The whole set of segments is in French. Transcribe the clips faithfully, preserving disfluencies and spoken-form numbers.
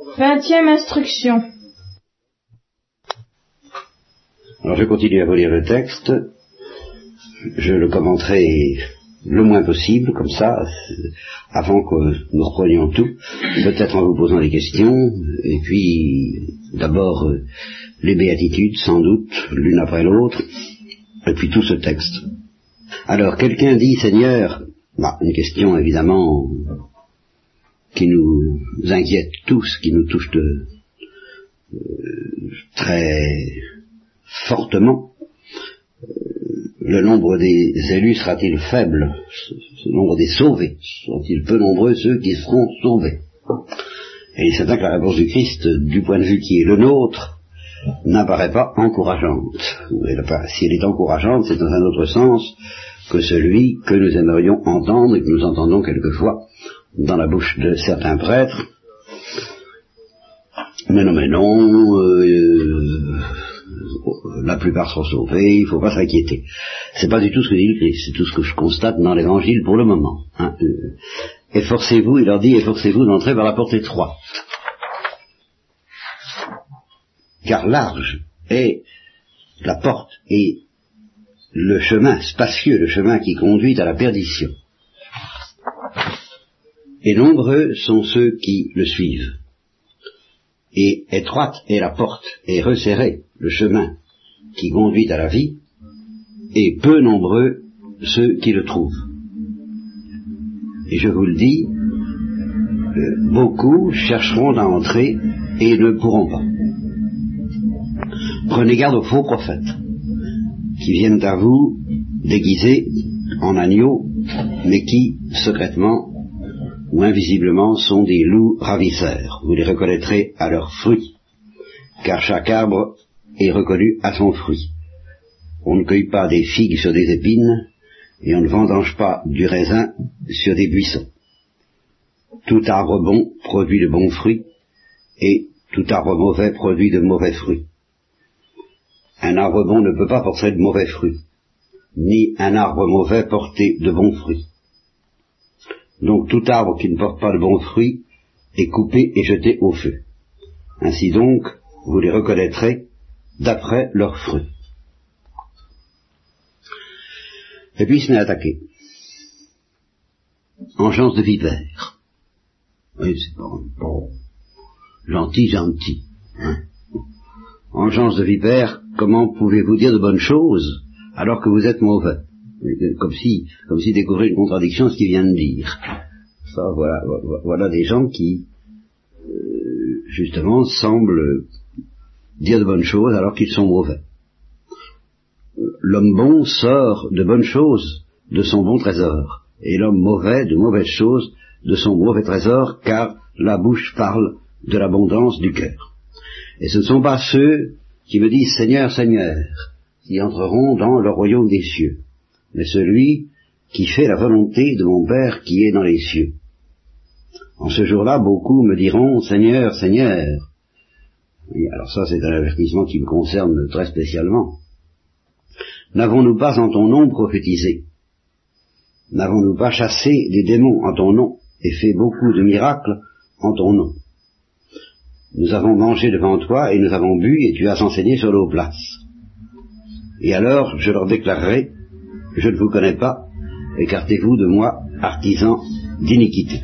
Vingtième instruction. Alors je continue à vous lire le texte, je le commenterai le moins possible, comme ça, avant que nous reprenions tout, peut-être en vous posant des questions, et puis d'abord euh, les béatitudes, sans doute, l'une après l'autre, et puis tout ce texte. Alors, quelqu'un dit, Seigneur, bah, une question évidemment qui nous inquiète tous, qui nous touche de, euh, très fortement. Le nombre des élus sera-t-il faible? Le nombre des sauvés seront-ils peu nombreux, ceux qui seront sauvés? Et il est certain que la réponse du Christ, du point de vue qui est le nôtre, n'apparaît pas encourageante. Si elle est encourageante, c'est dans un autre sens que celui que nous aimerions entendre et que nous entendons quelquefois dans la bouche de certains prêtres. Mais non, mais non, euh, la plupart sont sauvés, il ne faut pas s'inquiéter. C'est pas du tout ce que dit le Christ, c'est tout ce que je constate dans l'Évangile pour le moment. Hein. Euh, efforcez-vous, il leur dit, efforcez-vous d'entrer par la porte étroite. Car large est la porte et le chemin spacieux, le chemin qui conduit à la perdition. Et nombreux sont ceux qui le suivent. Et étroite est la porte et resserré le chemin qui conduit à la vie, et peu nombreux ceux qui le trouvent. Et je vous le dis, euh, beaucoup chercheront à entrer et ne pourront pas. Prenez garde aux faux prophètes qui viennent à vous déguisés en agneaux, mais qui, secrètement ou invisiblement, sont des loups ravisseurs. Vous les reconnaîtrez à leurs fruits, car chaque arbre est reconnu à son fruit. On ne cueille pas des figues sur des épines, et on ne vendange pas du raisin sur des buissons. Tout arbre bon produit de bons fruits, et tout arbre mauvais produit de mauvais fruits. Un arbre bon ne peut pas porter de mauvais fruits, ni un arbre mauvais porter de bons fruits. Donc tout arbre qui ne porte pas de bons fruits est coupé et jeté au feu. Ainsi donc, vous les reconnaîtrez d'après leurs fruits. Et puis il se met à attaquer. Engeance de vipère. Oui, c'est pas bon. Gentil, gentil. Hein. Engeance de vipère, comment pouvez-vous dire de bonnes choses alors que vous êtes mauvais? Comme si, comme si découvrir une contradiction à ce qu'il vient de dire. Ça, voilà, voilà des gens qui, euh, justement, semblent dire de bonnes choses alors qu'ils sont mauvais. L'homme bon sort de bonnes choses de son bon trésor, et l'homme mauvais de mauvaises choses de son mauvais trésor, car la bouche parle de l'abondance du cœur. Et ce ne sont pas ceux qui me disent Seigneur, Seigneur, qui entreront dans le royaume des cieux, mais celui qui fait la volonté de mon Père qui est dans les cieux. En ce jour-là, beaucoup me diront Seigneur, Seigneur. Et alors ça, c'est un avertissement qui me concerne très spécialement. N'avons-nous pas en ton nom prophétisé? N'avons-nous pas chassé des démons en ton nom et fait beaucoup de miracles en ton nom? Nous avons mangé devant toi et nous avons bu et tu as enseigné sur nos places. Et alors je leur déclarerai, je ne vous connais pas, écartez-vous de moi, artisans d'iniquité.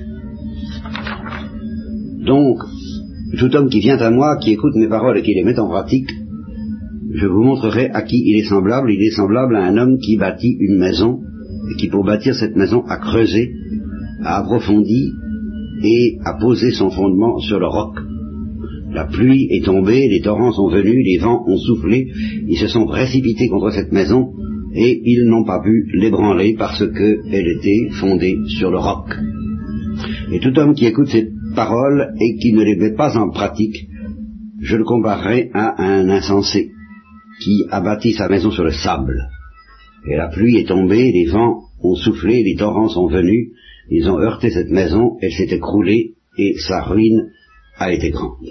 Donc, tout homme qui vient à moi, qui écoute mes paroles et qui les met en pratique, je vous montrerai à qui il est semblable. Il est semblable à un homme qui bâtit une maison, et qui pour bâtir cette maison a creusé, a approfondi et a posé son fondement sur le roc. La pluie est tombée, les torrents sont venus, les vents ont soufflé, ils se sont précipités contre cette maison, et ils n'ont pas pu l'ébranler parce qu'elle était fondée sur le roc. Et tout homme qui écoute ces paroles et qui ne les met pas en pratique, je le comparerai à un insensé qui a bâti sa maison sur le sable. Et la pluie est tombée, les vents ont soufflé, les torrents sont venus, ils ont heurté cette maison, elle s'est écroulée et sa ruine a été grande.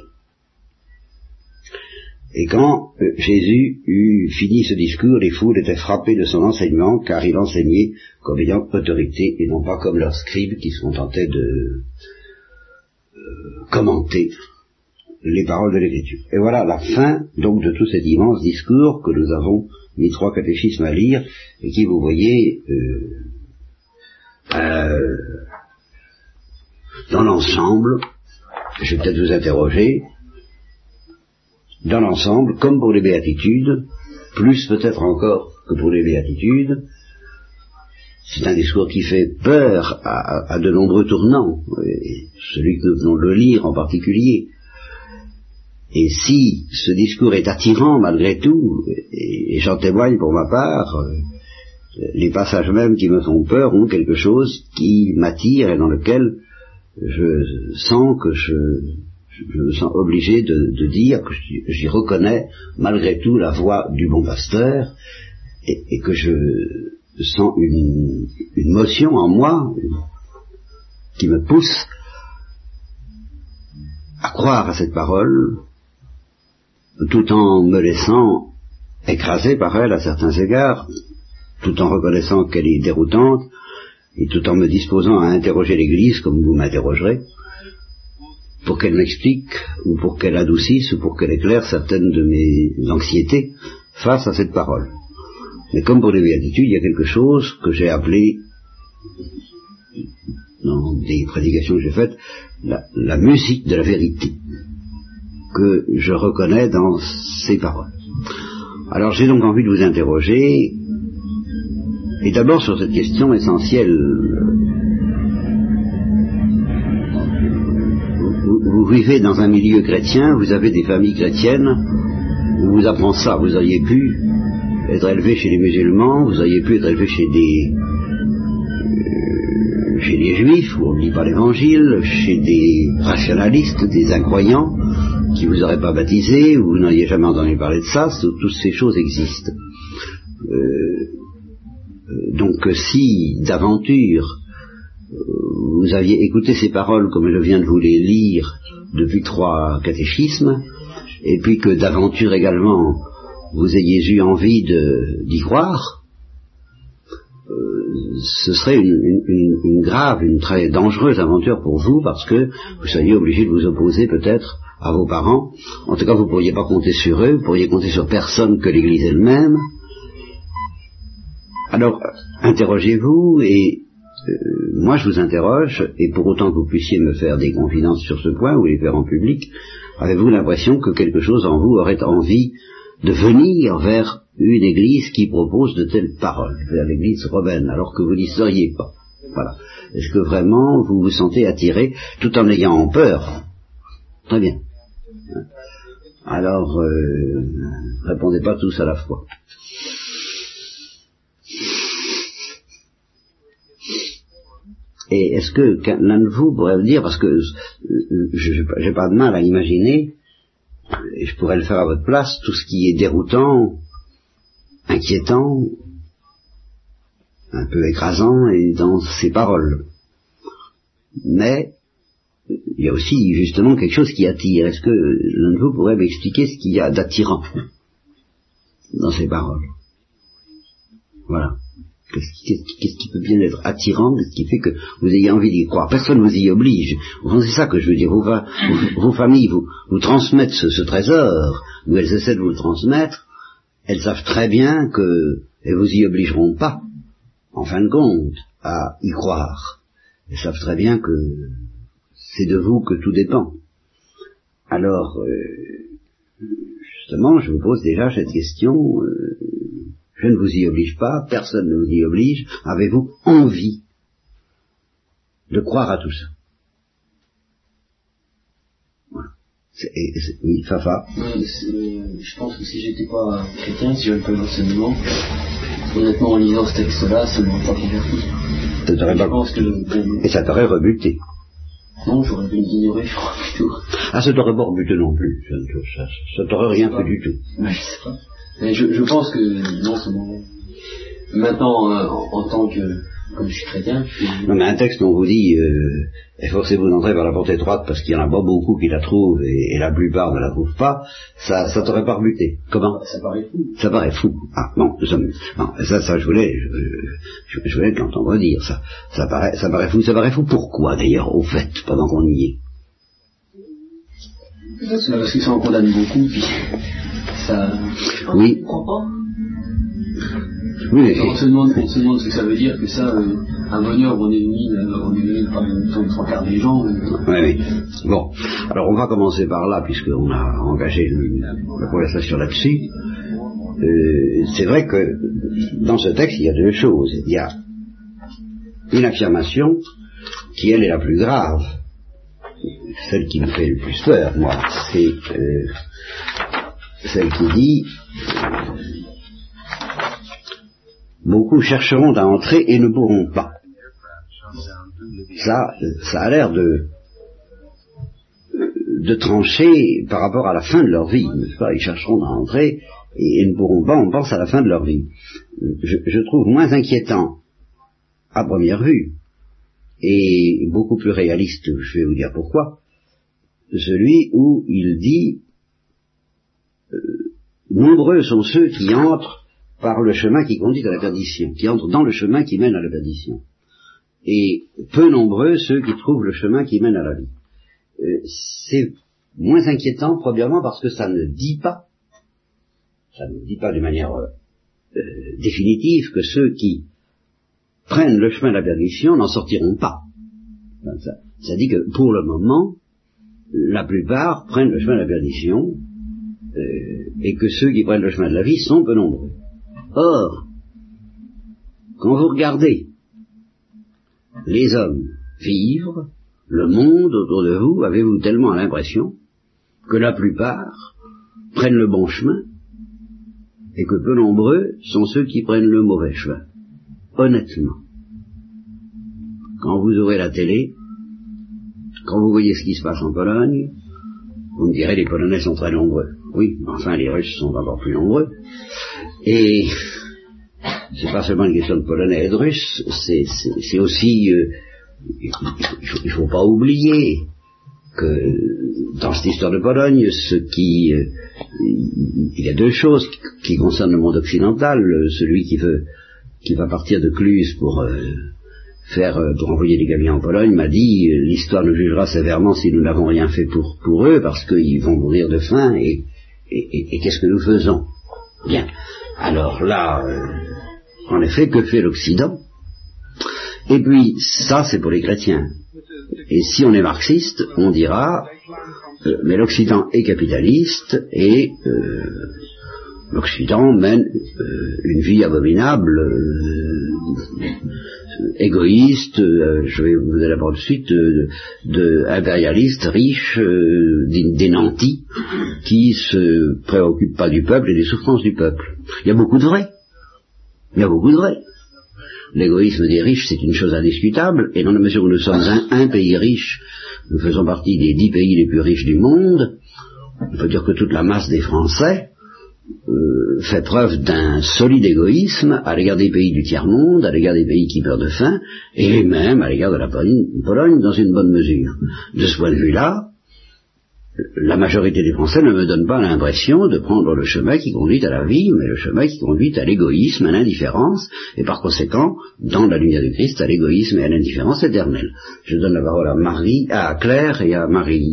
Et quand euh, Jésus eut fini ce discours, les foules étaient frappées de son enseignement, car il enseignait comme ayant autorité, et non pas comme leurs scribes qui se contentaient de euh, commenter les paroles de l'Écriture. Et voilà la fin donc de tout cet immense discours que nous avons mis trois catéchismes à lire et qui, vous voyez, euh, euh, dans l'ensemble, je vais peut-être vous interroger, dans l'ensemble, comme pour les béatitudes, plus peut-être encore que pour les béatitudes, c'est un discours qui fait peur à, à de nombreux tournants, et celui que nous venons de le lire en particulier. Et si ce discours est attirant malgré tout, et, et j'en témoigne pour ma part, les passages même qui me font peur ont quelque chose qui m'attire et dans lequel je sens que je, je me sens obligé de, de dire que j'y reconnais malgré tout la voix du bon pasteur et, et que je sens une, une motion en moi qui me pousse à croire à cette parole tout en me laissant écraser par elle à certains égards, tout en reconnaissant qu'elle est déroutante et tout en me disposant à interroger l'Église comme vous m'interrogerez pour qu'elle m'explique ou pour qu'elle adoucisse ou pour qu'elle éclaire certaines de mes anxiétés face à cette parole. Mais comme pour les béatitudes, il y a quelque chose que j'ai appelé, dans des prédications que j'ai faites, la, la musique de la vérité, que je reconnais dans ces paroles. Alors j'ai donc envie de vous interroger, et d'abord sur cette question essentielle. Vous, vous vivez dans un milieu chrétien, vous avez des familles chrétiennes, on vous apprend ça, vous auriez pu être élevé chez les musulmans, vous auriez pu être élevé chez des euh, chez les juifs, où on ne lit pas l'évangile, chez des rationalistes, des incroyants, qui vous auraient pas baptisé, ou vous n'auriez jamais entendu parler de ça, toutes ces choses existent. Euh, donc si d'aventure vous aviez écouté ces paroles comme je viens de vous les lire depuis trois catéchismes, et puis que d'aventure également vous ayez eu envie de, d'y croire, euh, ce serait une, une, une grave, une très dangereuse aventure pour vous, parce que vous seriez obligé de vous opposer peut-être à vos parents. En tout cas, vous ne pourriez pas compter sur eux, vous pourriez compter sur personne que l'Église elle-même. Alors, interrogez-vous, et euh, moi je vous interroge, et pour autant que vous puissiez me faire des confidences sur ce point, ou les faire en public, avez-vous l'impression que quelque chose en vous aurait envie de venir vers une église qui propose de telles paroles, vers l'église romaine, alors que vous n'y seriez pas? Voilà. Est-ce que vraiment vous vous sentez attiré, tout en ayant peur? Très bien. Alors, euh, répondez pas tous à la fois. Et est-ce que l'un de vous pourrait me dire, parce que euh, je j'ai pas de mal à imaginer, et je pourrais le faire à votre place, tout ce qui est déroutant, inquiétant, un peu écrasant et dans ces paroles. Mais il y a aussi justement quelque chose qui attire. Est-ce que l'un de vous pourrait m'expliquer ce qu'il y a d'attirant dans ces paroles? Voilà. Qu'est-ce qui, qu'est-ce, qu'est-ce qui peut bien être attirant, qu'est-ce qui fait que vous ayez envie d'y croire? Personne ne vous y oblige. C'est ça que je veux dire. Vos, vos, vos familles vous, vous transmettent ce, ce trésor, ou elles essaient de vous le transmettre. Elles savent très bien que elles vous y obligeront pas, en fin de compte, à y croire. Elles savent très bien que c'est de vous que tout dépend. Alors, euh, justement, je vous pose déjà cette question. Euh, Je ne vous y oblige pas, personne ne vous y oblige. Avez-vous envie de croire à tout ça? Voilà. C'est, c'est, oui, Fafa. Ouais, je pense que si j'étais pas chrétien, si j'avais pas eu l'enseignement, honnêtement, en lisant ce texte-là, ça ne m'aurait pas converti. Ça t'aurait pas... pense que le... Et ça t'aurait rebuté? Non, j'aurais dû l'ignorer, je crois, plutôt. Ah, ça t'aurait pas rebuté non plus. Ça, ça, ça t'aurait rien fait du tout. Ouais, je sais pas. Mais je, je pense que, non, c'est bon. Maintenant, euh, en, en tant que, comme je suis chrétien, je... Non, mais un texte, on vous dit, euh, efforcez-vous d'entrer par la porte étroite parce qu'il y en a pas beaucoup qui la trouvent et, et la plupart ne la trouvent pas, ça, ça t'aurait pas rebuté. Comment? Ça paraît fou. Ça paraît fou. Ah, bon, nous sommes, non, ça, ça, je voulais, je, je, je voulais l'entendre dire, ça. Ça paraît, ça paraît fou. Ça paraît fou pourquoi, d'ailleurs, au fait, pendant qu'on y est? parce que ça en condamne beaucoup, puis ça... Oui. On croit pas. Oui, mais... on, se demande, on se demande ce que ça veut dire que ça, euh, un bonheur, on élimine, on élimine par exemple trois quarts des gens. Oui, oui. Bon, alors on va commencer par là, puisqu'on a engagé le, la conversation là-dessus. Euh, c'est vrai que dans ce texte, il y a deux choses. Il y a une affirmation qui, elle, est la plus grave, celle qui me fait le plus peur, moi, c'est euh, celle qui dit euh, beaucoup chercheront à entrer et ne pourront pas. Ça, ça a l'air de de trancher par rapport à la fin de leur vie, n'est-ce pas? Ils chercheront à entrer et, et ne pourront pas, on pense, à la fin de leur vie. Je, je trouve moins inquiétant à première vue et beaucoup plus réaliste, je vais vous dire pourquoi, celui où il dit euh, nombreux sont ceux qui entrent par le chemin qui conduit à la perdition, qui entrent dans le chemin qui mène à la perdition, et peu nombreux ceux qui trouvent le chemin qui mène à la vie. Euh, c'est moins inquiétant, premièrement parce que ça ne dit pas, ça ne dit pas de manière euh, euh, définitive que ceux qui prennent le chemin de la perdition n'en sortiront pas. Enfin, ça, ça dit que pour le moment, la plupart prennent le chemin de la perdition, euh, et que ceux qui prennent le chemin de la vie sont peu nombreux. Or, quand vous regardez les hommes vivre, le monde autour de vous, avez-vous tellement l'impression que la plupart prennent le bon chemin et que peu nombreux sont ceux qui prennent le mauvais chemin? Honnêtement, quand vous ouvrez la télé, quand vous voyez ce qui se passe en Pologne, vous me direz les Polonais sont très nombreux. Oui, enfin les Russes sont encore plus nombreux. Et c'est pas seulement une question de Polonais et de Russes, c'est, c'est, c'est aussi... Euh, il ne faut, faut pas oublier que dans cette histoire de Pologne, ce qui... Euh, il y a deux choses qui concernent le monde occidental. Celui qui veut qui va partir de Cluse pour... Euh, faire pour envoyer des gamins en Pologne m'a dit euh, l'histoire nous jugera sévèrement si nous n'avons rien fait pour pour eux parce qu'ils vont mourir de faim et, et, et, et qu'est-ce que nous faisons? Bien. Alors là, euh, en effet, que fait l'Occident? Et puis ça, c'est pour les chrétiens. Et si on est marxiste, on dira euh, mais l'Occident est capitaliste et euh, l'Occident mène euh, une vie abominable. Euh, égoïste, euh, je vais vous aller d'abord de suite, de, de impérialiste, riche, euh, des nantis, qui se préoccupent pas du peuple et des souffrances du peuple. Il y a beaucoup de vrai. Il y a beaucoup de vrai. L'égoïsme des riches, c'est une chose indiscutable, et dans la mesure où nous sommes un, un pays riche, nous faisons partie des dix pays les plus riches du monde, il faut dire que toute la masse des Français Euh, fait preuve d'un solide égoïsme à l'égard des pays du tiers-monde, à l'égard des pays qui meurent de faim, et même à l'égard de la Pologne dans une bonne mesure. De ce point de vue-là, la majorité des Français ne me donne pas l'impression de prendre le chemin qui conduit à la vie, mais le chemin qui conduit à l'égoïsme, à l'indifférence, et par conséquent, dans la lumière du Christ, à l'égoïsme et à l'indifférence éternelle. Je donne la parole à Marie, à Claire et à Marie.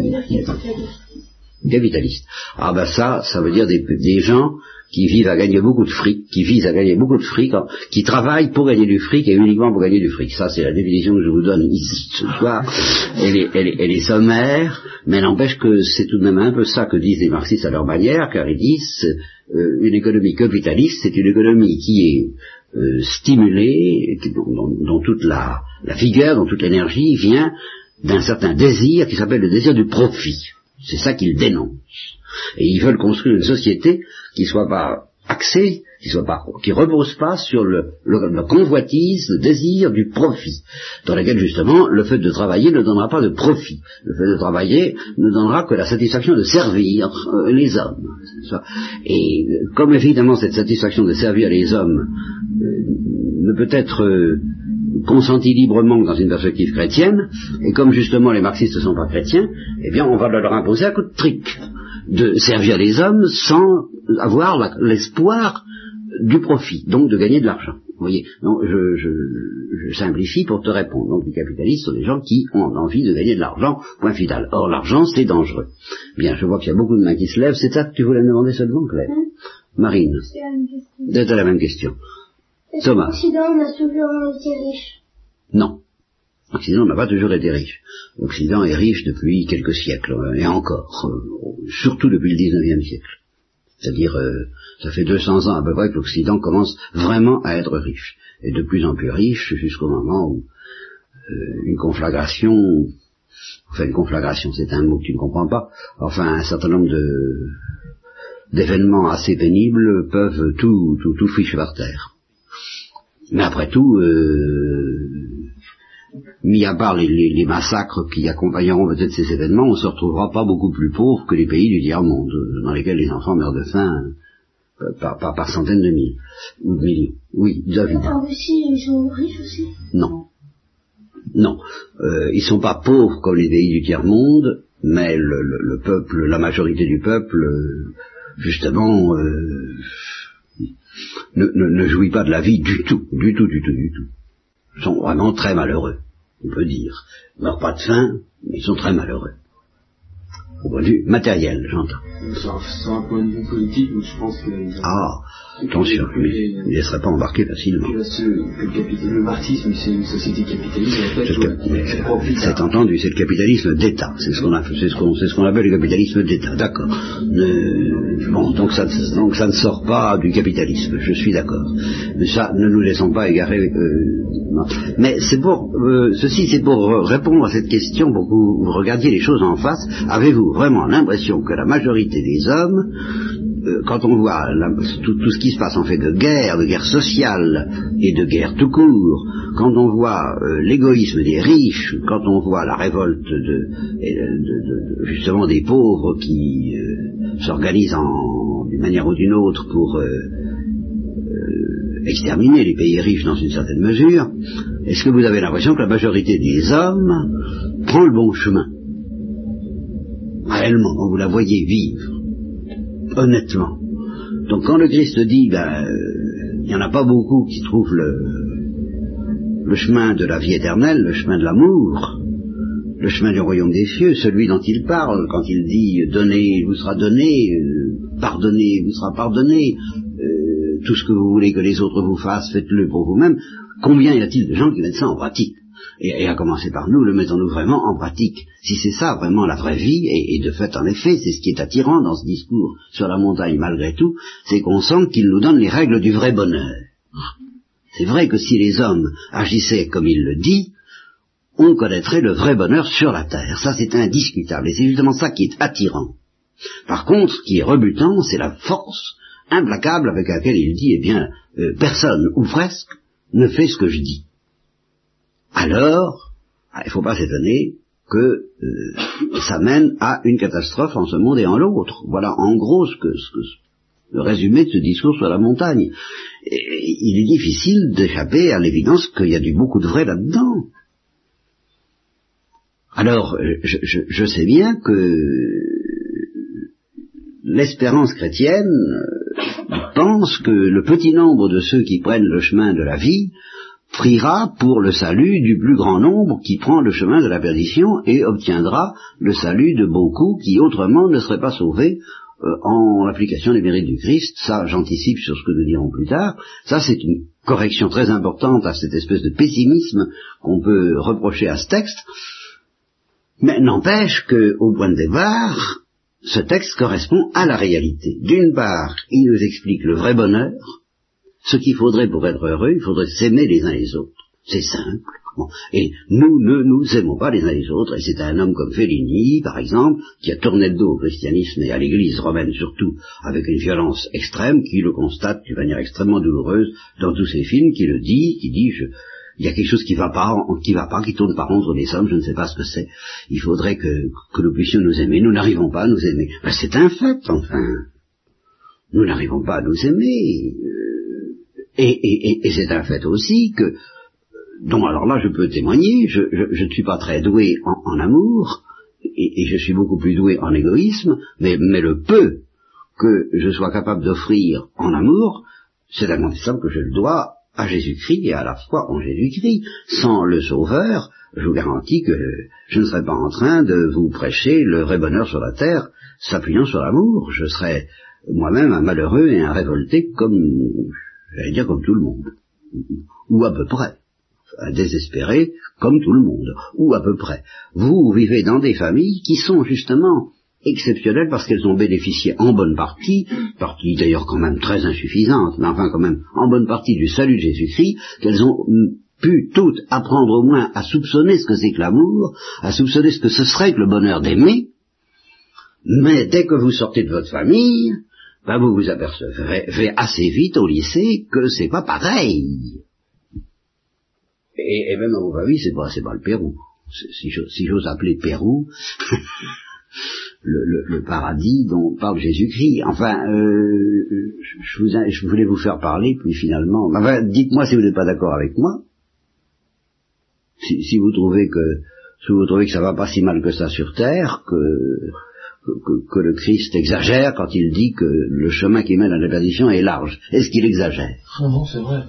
Capitaliste. Ah ben ça, ça veut dire des, des gens qui vivent à gagner beaucoup de fric, qui visent à gagner beaucoup de fric, qui travaillent pour gagner du fric et uniquement pour gagner du fric. Ça, c'est la définition que je vous donne ici ce soir. Elle est, elle est, elle est sommaire, mais n'empêche que c'est tout de même un peu ça que disent les marxistes à leur manière, car ils disent euh, une économie capitaliste, c'est une économie qui est euh, stimulée, dont, dont, dont toute la, la vigueur, dont toute l'énergie vient d'un certain désir qui s'appelle le désir du profit. C'est ça qu'ils dénoncent. Et ils veulent construire une société qui soit pas axée, qui soit pas, qui repose pas sur le, le, la convoitise, le désir du profit, dans laquelle justement le fait de travailler ne donnera pas de profit. Le fait de travailler ne donnera que la satisfaction de servir euh, les hommes. Et comme évidemment cette satisfaction de servir les hommes euh, ne peut être euh, consenti librement dans une perspective chrétienne, et comme justement les marxistes ne sont pas chrétiens, eh bien on va leur imposer un coup de trick de servir les hommes sans avoir la, l'espoir du profit, donc de gagner de l'argent. Vous voyez, non, je, je, je simplifie pour te répondre. Donc les capitalistes sont des gens qui ont envie de gagner de l'argent, point final. Or l'argent c'est dangereux. Bien, je vois qu'il y a beaucoup de mains qui se lèvent. C'est ça que tu voulais me demander seulement, Claire? Mmh. Marine, c'est la même question. C'est la même question. Est-ce Thomas. L'Occident n'a toujours été riche? Non. L'Occident n'a pas toujours été riche. L'Occident est riche depuis quelques siècles, et encore, euh, surtout depuis le dix-neuvième siècle. C'est-à-dire, euh, ça fait deux cents ans à peu près que l'Occident commence vraiment à être riche, et de plus en plus riche jusqu'au moment où euh, une conflagration, enfin une conflagration c'est un mot que tu ne comprends pas, enfin un certain nombre de d'événements assez pénibles peuvent tout, tout, tout ficher par terre. Mais après tout, euh, mis à part les, les, les massacres qui accompagneront peut-être ces événements, on ne se retrouvera pas beaucoup plus pauvre que les pays du tiers-monde, dans lesquels les enfants meurent de faim euh, par, par, par centaines de mille, ou de millions. Oui, David. En Russie, ils sont riches aussi? Non. Non. Euh, ils sont pas pauvres comme les pays du tiers-monde, mais le, le, le peuple, la majorité du peuple, euh, justement, euh, ne, ne, ne jouit pas de la vie du tout, du tout, du tout, du tout. Ils sont vraiment très malheureux, on peut dire. Ils meurent pas de faim, mais ils sont très malheureux. Au point de vue matériel, j'entends. C'est un point de vue politique, mais je pense que... Ah, attention, il ne laisserait pas embarquer facilement. Que, ce, que le, capital, le marxisme, c'est une société capitaliste, en fait, c'est, c'est entendu, c'est le capitalisme d'État, c'est ce qu'on a, c'est ce qu'on, c'est ce qu'on appelle le capitalisme d'État, d'accord. Ne, bon, donc ça, donc ça ne sort pas du capitalisme, je suis d'accord. Mais ça, ne nous laissons pas égarer. Euh, non. Mais c'est pour, euh, ceci, c'est pour répondre à cette question, pour que vous regardiez les choses en face. Avez-vous vraiment l'impression que la majorité des hommes, euh, quand on voit la, tout, tout ce qui se passe en fait de guerre, de guerre sociale et de guerre tout court, quand on voit euh, l'égoïsme des riches, quand on voit la révolte de, de, de, de justement des pauvres qui euh, s'organisent en, d'une manière ou d'une autre pour euh, euh, exterminer les pays riches dans une certaine mesure, est-ce que vous avez l'impression que la majorité des hommes prend le bon chemin? Réellement, quand vous la voyez vivre, honnêtement. Donc quand le Christ dit, ben, il euh, n'y en a pas beaucoup qui trouvent le, le chemin de la vie éternelle, le chemin de l'amour, le chemin du royaume des cieux, celui dont il parle, quand il dit, donnez, il vous sera donné, euh, pardonnez, il vous sera pardonné, euh, tout ce que vous voulez que les autres vous fassent, faites-le pour vous-même. Combien y a-t-il de gens qui mettent ça en pratique? Et, et à commencer par nous, le mettons-nous vraiment en pratique? Si c'est ça vraiment la vraie vie, et, et de fait en effet, c'est ce qui est attirant dans ce discours sur la montagne malgré tout, c'est qu'on sent qu'il nous donne les règles du vrai bonheur. C'est vrai que si les hommes agissaient comme il le dit, on connaîtrait le vrai bonheur sur la terre. Ça c'est indiscutable, et c'est justement ça qui est attirant. Par contre, ce qui est rebutant, c'est la force implacable avec laquelle il dit, eh bien, euh, personne, ou presque, ne fait ce que je dis. Alors, il ne faut pas s'étonner que euh, ça mène à une catastrophe en ce monde et en l'autre. Voilà en gros ce que, ce que le résumé de ce discours sur la montagne. Et il est difficile d'échapper à l'évidence qu'il y a du beaucoup de vrai là-dedans. Alors, je, je, je sais bien que l'espérance chrétienne pense que le petit nombre de ceux qui prennent le chemin de la vie priera pour le salut du plus grand nombre qui prend le chemin de la perdition et obtiendra le salut de beaucoup qui autrement ne seraient pas sauvés euh, en l'application des mérites du Christ. Ça, j'anticipe sur ce que nous dirons plus tard. Ça, c'est une correction très importante à cette espèce de pessimisme qu'on peut reprocher à ce texte. Mais n'empêche qu'au point de départ, ce texte correspond à la réalité. D'une part, il nous explique le vrai bonheur. Ce qu'il faudrait pour être heureux, il faudrait s'aimer les uns les autres. C'est simple. Bon. Et nous ne nous aimons pas les uns les autres. Et c'est un homme comme Fellini, par exemple, qui a tourné le dos au christianisme et à l'église romaine surtout, avec une violence extrême, qui le constate d'une manière extrêmement douloureuse dans tous ses films, qui le dit, qui dit, je, il y a quelque chose qui va pas, qui va pas, qui tourne pas rond entre les hommes, je ne sais pas ce que c'est. Il faudrait que, que nous puissions nous aimer. Nous n'arrivons pas à nous aimer. Ben, c'est un fait, enfin. Nous n'arrivons pas à nous aimer. Et, et, et, et c'est un fait aussi que, dont alors là je peux témoigner, je, je, je ne suis pas très doué en, en amour, et, et je suis beaucoup plus doué en égoïsme, mais, mais le peu que je sois capable d'offrir en amour, c'est incontestable que je le dois à Jésus-Christ et à la foi en Jésus-Christ. Sans le Sauveur, je vous garantis que je ne serais pas en train de vous prêcher le vrai bonheur sur la terre, s'appuyant sur l'amour. Je serais moi-même un malheureux et un révolté comme, j'allais dire, comme tout le monde. Ou à peu près. Un désespéré comme tout le monde. Ou à peu près. Vous vivez dans des familles qui sont justement exceptionnelles parce qu'elles ont bénéficié en bonne partie, partie d'ailleurs quand même très insuffisante, mais enfin quand même en bonne partie du salut de Jésus-Christ, qu'elles ont pu toutes apprendre au moins à soupçonner ce que c'est que l'amour, à soupçonner ce que ce serait que le bonheur d'aimer, mais dès que vous sortez de votre famille, ben vous vous apercevrez assez vite au lycée que c'est pas pareil. Et, et même dans vos familles, c'est pas, c'est pas le Pérou. Si j'ose si appeler Pérou, le, le, le paradis dont parle Jésus-Christ. Enfin, euh, je, vous, je voulais vous faire parler, puis finalement, enfin, dites-moi si vous n'êtes pas d'accord avec moi. Si, si vous trouvez que, si vous trouvez que ça va pas si mal que ça sur terre, que Que, que, que le Christ exagère quand il dit que le chemin qui mène à la perdition est large. Est-ce qu'il exagère? Non, non, c'est vrai.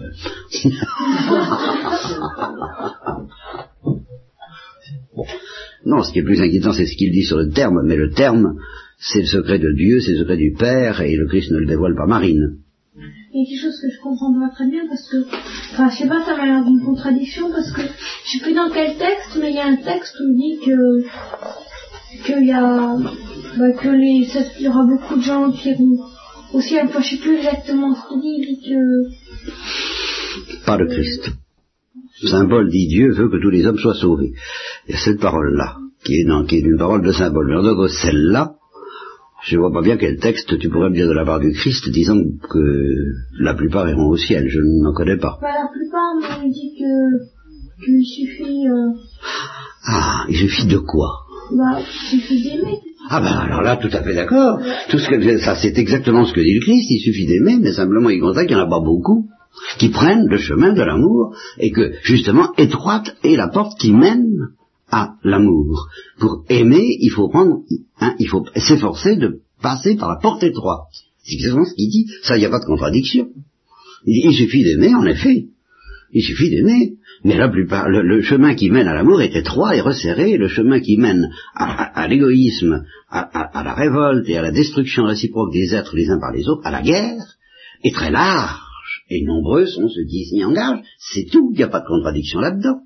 Bon. Non, ce qui est plus inquiétant, c'est ce qu'il dit sur le terme, mais le terme, c'est le secret de Dieu, c'est le secret du Père, et le Christ ne le dévoile pas Marine. Il y a quelque chose que je comprends pas très bien, parce que, enfin, je sais pas, ça m'a l'air d'une contradiction, parce que, je sais plus dans quel texte, mais il y a un texte où il dit que, qu'il y a, bah, que les, ça, il y aura beaucoup de gens qui iront au ciel. Enfin, je sais plus exactement ce qu'il dit, il dit que... Pas le Christ. Symbole dit Dieu veut que tous les hommes soient sauvés. Il y a cette parole-là, qui est, dans, qui est une parole de symbole. Mais donc, celle-là, je ne vois pas bien quel texte tu pourrais me dire de la part du Christ, disant que la plupart iront au ciel. Je n'en connais pas. Bah, la plupart, mais il dit que, qu'il suffit, euh... Ah, il suffit de quoi? Bah, il suffit d'aimer. Ah ben alors là, tout à fait d'accord. Tout ce que ça, c'est exactement ce que dit le Christ. Il suffit d'aimer, mais simplement il constate qu'il n'y en a pas beaucoup qui prennent le chemin de l'amour, et que justement étroite est la porte qui mène à l'amour. Pour aimer, il faut prendre, hein, il faut s'efforcer de passer par la porte étroite. C'est exactement ce qu'il dit. Ça, il n'y a pas de contradiction. Il dit, il suffit d'aimer, en effet. Il suffit d'aimer. Mais la plupart, le, le chemin qui mène à l'amour est étroit et resserré. Le chemin qui mène à, à, à l'égoïsme, à, à, à la révolte et à la destruction réciproque des êtres les uns par les autres, à la guerre, est très large. Et nombreux sont ceux qui s'y engagent. C'est tout. Il n'y a pas de contradiction là-dedans.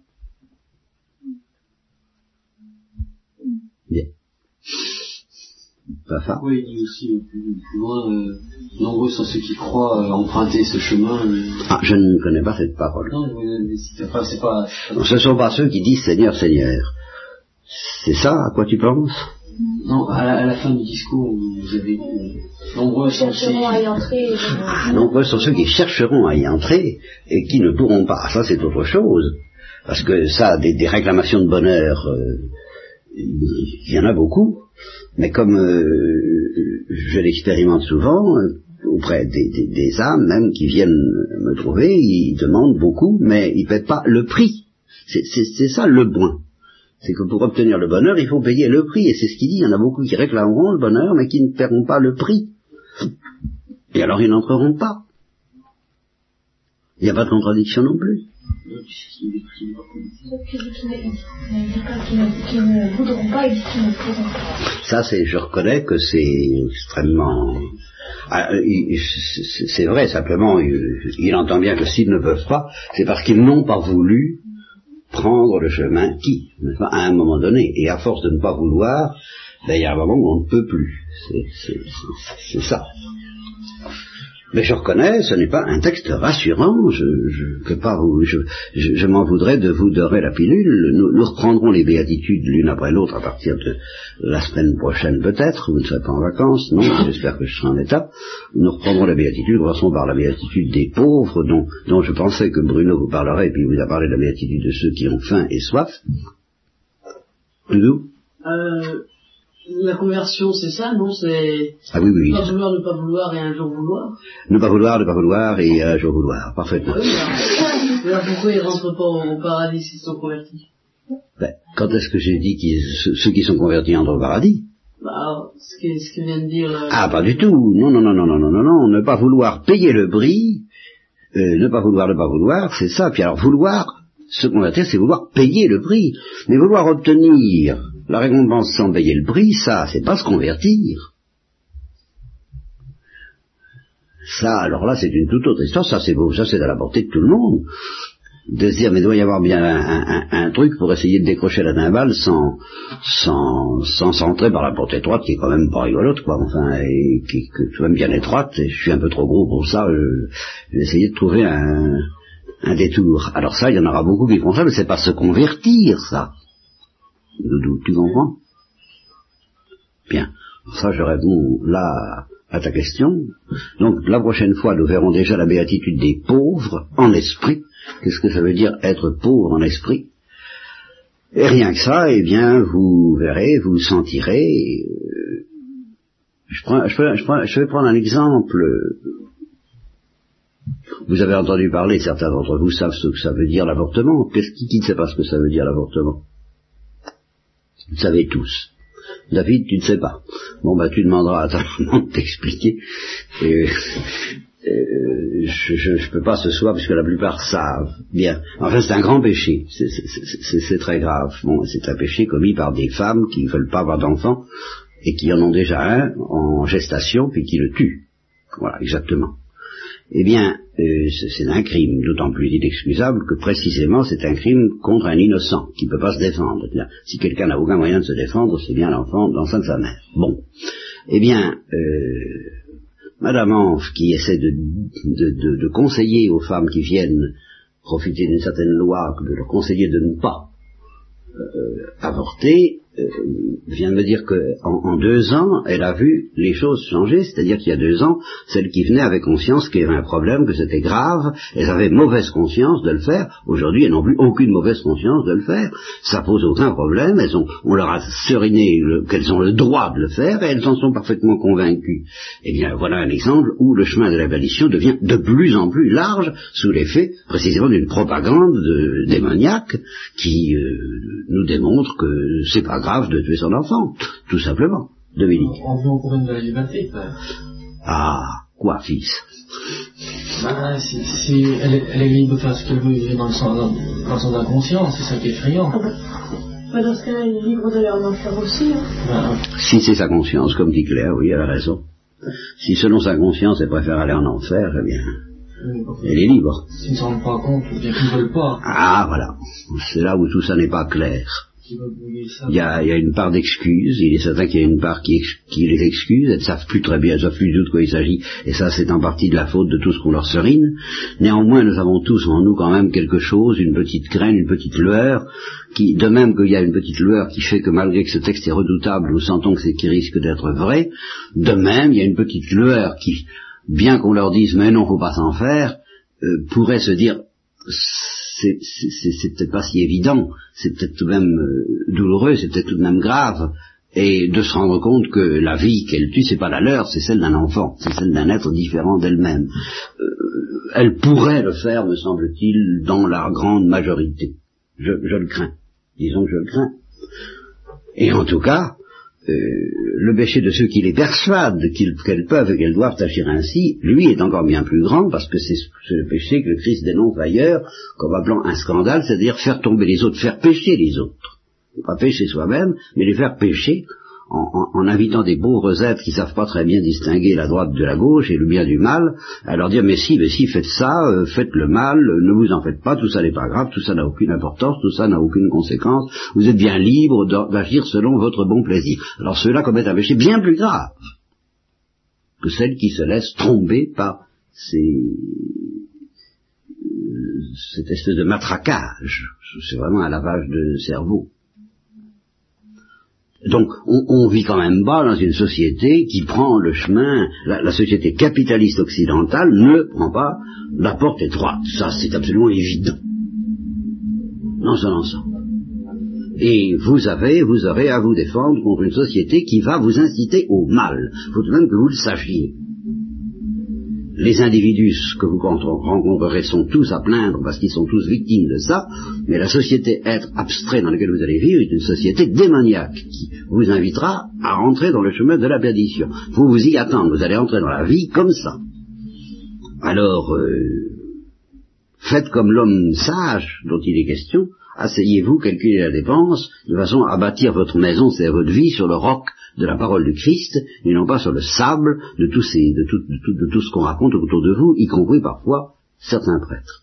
Bien. Pas ça. Oui, il dit aussi plus, plus loin, euh, nombreux sont ceux qui croient euh, emprunter ce chemin. Euh... Ah, je ne connais pas cette parole. Non, mais c'est, enfin, c'est pas... Non, ce ne sont pas ceux qui disent Seigneur, Seigneur. C'est ça à quoi tu penses? Non, à la, à la fin du discours, vous avez euh, nombreux sont ceux qui... à y entrer. Ah, nombreux sont ceux qui chercheront à y entrer et qui ne pourront pas. Ça, c'est autre chose. Parce que ça, des, des réclamations de bonheur, euh, il y en a beaucoup. Mais comme euh, je l'expérimente souvent, euh, auprès des, des, des âmes même qui viennent me trouver, ils demandent beaucoup, mais ils ne paient pas le prix. C'est, c'est, c'est ça le point. C'est que pour obtenir le bonheur, il faut payer le prix. Et c'est ce qu'il dit, il y en a beaucoup qui réclameront le bonheur, mais qui ne paieront pas le prix. Et alors ils n'entreront pas. Il n'y a pas de contradiction non plus. Qui ne voudront pas et qui ne pourront pas. Ça, c'est, je reconnais que c'est extrêmement... Ah, c'est vrai, simplement, il entend bien que s'ils ne peuvent pas, c'est parce qu'ils n'ont pas voulu prendre le chemin qui, à un moment donné, et à force de ne pas vouloir, ben, il y a un moment où on ne peut plus. C'est, c'est, c'est, c'est ça. Mais je reconnais, ce n'est pas un texte rassurant, je ne peux pas vous, je, je, je m'en voudrais de vous dorer la pilule. Nous, nous reprendrons les béatitudes l'une après l'autre à partir de la semaine prochaine peut-être, vous ne serez pas en vacances, non, j'espère que je serai en état. Nous reprendrons la béatitude, commençons par la béatitude des pauvres, dont, dont je pensais que Bruno vous parlerait, et puis il vous a parlé de la béatitude de ceux qui ont faim et soif. Bruno ? Euh... La conversion, c'est ça, non? C'est ah oui, oui. Ne pas vouloir, ne pas vouloir et un jour vouloir. Ne pas vouloir, ne pas vouloir et un jour vouloir, parfaitement. Oui, alors, alors pourquoi ils rentrent pas au paradis s'ils sont convertis? Ben, quand est-ce que j'ai dit qu'ils, ceux qui sont convertis entrent au paradis? Bah, ce que, ce que vient de dire... Là... Ah, pas du tout. Non, non, non, non, non, non, non, non. Ne pas vouloir payer le prix Euh, ne pas vouloir, ne pas vouloir, c'est ça. Puis alors vouloir, se convertir, c'est vouloir payer le prix. Mais vouloir obtenir la récompense sans payer le prix, ça, c'est pas se convertir. Ça, alors là, c'est une toute autre histoire. Ça, c'est beau, ça, c'est à la portée de tout le monde. De se dire, mais il doit y avoir bien un, un, un truc pour essayer de décrocher la timbale sans, sans, sans s'entrer par la porte étroite, qui est quand même pas rigolote, quoi, enfin, et qui est quand même bien étroite, et je suis un peu trop gros pour ça, je, je vais essayer de trouver un, un détour. Alors ça, il y en aura beaucoup qui font ça, mais c'est pas se convertir, ça. Doudou, tu comprends? Bien. Ça, je réponds là à ta question. Donc, la prochaine fois, nous verrons déjà la béatitude des pauvres en esprit. Qu'est-ce que ça veut dire être pauvre en esprit? Et rien que ça, eh bien, vous verrez, vous sentirez. Euh, je, prends, je, prends, je, prends, je vais prendre un exemple. Vous avez entendu parler, certains d'entre vous savent ce que ça veut dire l'avortement. Qu'est-ce qui, qui ne sait pas ce que ça veut dire l'avortement? Vous savez tous. David, tu ne sais pas. Bon, bah, tu demanderas à ta maman de t'expliquer. Et, euh, je ne peux pas ce soir, puisque la plupart savent. Bien. Enfin, c'est un grand péché. C'est très grave. Bon, c'est un péché commis par des femmes qui ne veulent pas avoir d'enfants et qui en ont déjà un en gestation, puis qui le tuent. Voilà, exactement. Eh bien, euh, c'est un crime, d'autant plus inexcusable que précisément c'est un crime contre un innocent qui ne peut pas se défendre. Si quelqu'un n'a aucun moyen de se défendre, c'est bien l'enfant d'enceinte de sa mère. Bon. Eh bien, euh, Madame Anf, qui essaie de, de, de, de conseiller aux femmes qui viennent profiter d'une certaine loi, de leur conseiller de ne pas euh, avorter, euh, vient de me dire que en, en deux ans, elle a vu les choses changer, c'est-à-dire qu'il y a deux ans, celles qui venaient avaient conscience qu'il y avait un problème, que c'était grave, elles avaient mauvaise conscience de le faire. Aujourd'hui, elles n'ont plus aucune mauvaise conscience de le faire. Ça pose aucun problème. Elles ont, on leur a seriné le, qu'elles ont le droit de le faire, et elles en sont parfaitement convaincues. Eh bien, voilà un exemple où le chemin de la perdition devient de plus en plus large sous l'effet, précisément, d'une propagande de, démoniaque qui euh, nous démontre que c'est pas grave de tuer son enfant, tout simplement. Dominique. On veut encore une de la liberté, frère. Ah, quoi, fils? Bah, si, si elle, est, elle est libre de faire ce qu'elle veut dans le sens, dans, dans le sens de la conscience, c'est ça qui est effrayant. Bah, dans ce cas-là, elle est libre de leur en faire aussi. Hein. Bah, si c'est sa conscience, comme dit Claire, oui, elle a raison. Si selon sa conscience, elle préfère aller en enfer, eh bien, elle est libre. S'ils ne s'en rendent pas compte, ou bien qu'ils ne veulent pas. Ah, voilà. C'est là où tout ça n'est pas clair. Il y a, il y a une part d'excuses, il est certain qu'il y a une part qui, qui les excuse, elles ne savent plus très bien, elles ne savent plus du tout de quoi il s'agit, et ça c'est en partie de la faute de tout ce qu'on leur serine. Néanmoins, nous avons tous en nous quand même quelque chose, une petite graine, une petite lueur, qui, de même qu'il y a une petite lueur qui fait que malgré que ce texte est redoutable, nous sentons que c'est qui risque d'être vrai, de même, il y a une petite lueur qui, bien qu'on leur dise, mais non, faut pas s'en faire, euh, pourrait se dire, c'est, c'est, c'est peut-être pas si évident, c'est peut-être tout de même euh, douloureux, c'est peut-être tout de même grave, et de se rendre compte que la vie qu'elle tue, c'est pas la leur, c'est celle d'un enfant, c'est celle d'un être différent d'elle-même. Euh, elle pourrait le faire, me semble-t-il, dans la grande majorité. Je, je le crains. Disons que je le crains. Et en tout cas, euh, le péché de ceux qui les persuadent qu'ils, qu'elles peuvent et qu'elles doivent agir ainsi, lui est encore bien plus grand, parce que c'est, c'est le péché que le Christ dénonce ailleurs, comme appelant un scandale, c'est-à-dire faire tomber les autres, faire pécher les autres. Pas pécher soi-même, mais les faire pécher en, en, en invitant des pauvres êtres qui savent pas très bien distinguer la droite de la gauche et le bien du mal, à leur dire mais si, mais si, faites ça, euh, faites le mal, euh, ne vous en faites pas, tout ça n'est pas grave, tout ça n'a aucune importance, tout ça n'a aucune conséquence, vous êtes bien libre d'agir selon votre bon plaisir. Alors ceux-là commettent un péché bien plus grave que celles qui se laissent tromper par ces, euh, cette espèce de matraquage. C'est vraiment un lavage de cerveau. Donc, on, on vit quand même pas dans une société qui prend le chemin, la, la société capitaliste occidentale ne prend pas la porte étroite. Ça, c'est absolument évident. Dans un ensemble. Et vous avez, vous avez à vous défendre contre une société qui va vous inciter au mal. Il faut tout de même que vous le sachiez. Les individus que vous rencontrerez sont tous à plaindre parce qu'ils sont tous victimes de ça, mais la société être abstrait dans laquelle vous allez vivre est une société démoniaque qui vous invitera à rentrer dans le chemin de la perdition. Vous vous y attendre, vous allez entrer dans la vie comme ça. Alors, euh, faites comme l'homme sage dont il est question, asseyez-vous, calculez la dépense, de façon à bâtir votre maison, c'est-à-dire votre vie, sur le roc de la parole du Christ, et non pas sur le sable de tout, ces, de tout, de tout, de tout ce qu'on raconte autour de vous, y compris parfois certains prêtres.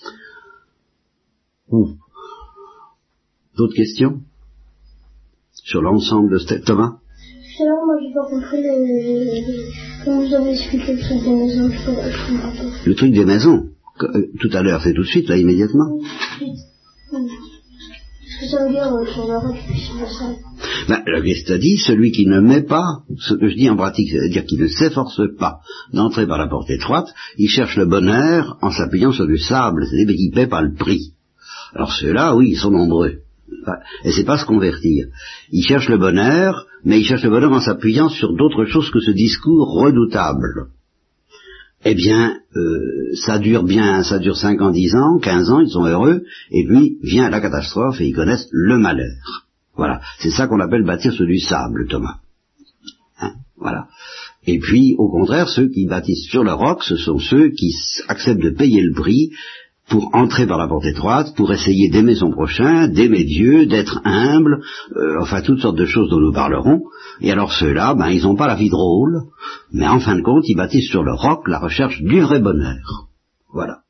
Ouh. D'autres questions sur l'ensemble de ce texte? Thomas? Alors, moi, j'ai pas compris le... Quand vous avez expliqué le truc des maisons, je comprends pas. Le truc des maisons? Tout à l'heure, c'est tout de suite, là, immédiatement? Qu'est-ce que ça veut dire euh, sur le roc, sur le sable? Ben, le Christ a dit, celui qui ne met pas, ce que je dis en pratique, c'est-à-dire qui ne s'efforce pas d'entrer par la porte étroite, il cherche le bonheur en s'appuyant sur du sable, c'est-à-dire qu'il ne paie pas le prix. Alors ceux-là, oui, ils sont nombreux. Et c'est pas se convertir. Ils cherchent le bonheur, mais ils cherchent le bonheur en s'appuyant sur d'autres choses que ce discours redoutable. Eh bien, euh, ça dure bien, ça dure cinq ans, dix ans, quinze ans, ils sont heureux, et puis vient la catastrophe et ils connaissent le malheur. Voilà, c'est ça qu'on appelle bâtir sur du sable, Thomas. Hein, voilà. Et puis, au contraire, ceux qui bâtissent sur le roc, ce sont ceux qui acceptent de payer le prix pour entrer par la porte étroite, pour essayer d'aimer son prochain, d'aimer Dieu, d'être humble, euh, enfin toutes sortes de choses dont nous parlerons. Et alors ceux-là, ben ils n'ont pas la vie drôle, mais en fin de compte, ils bâtissent sur le roc la recherche du vrai bonheur. Voilà.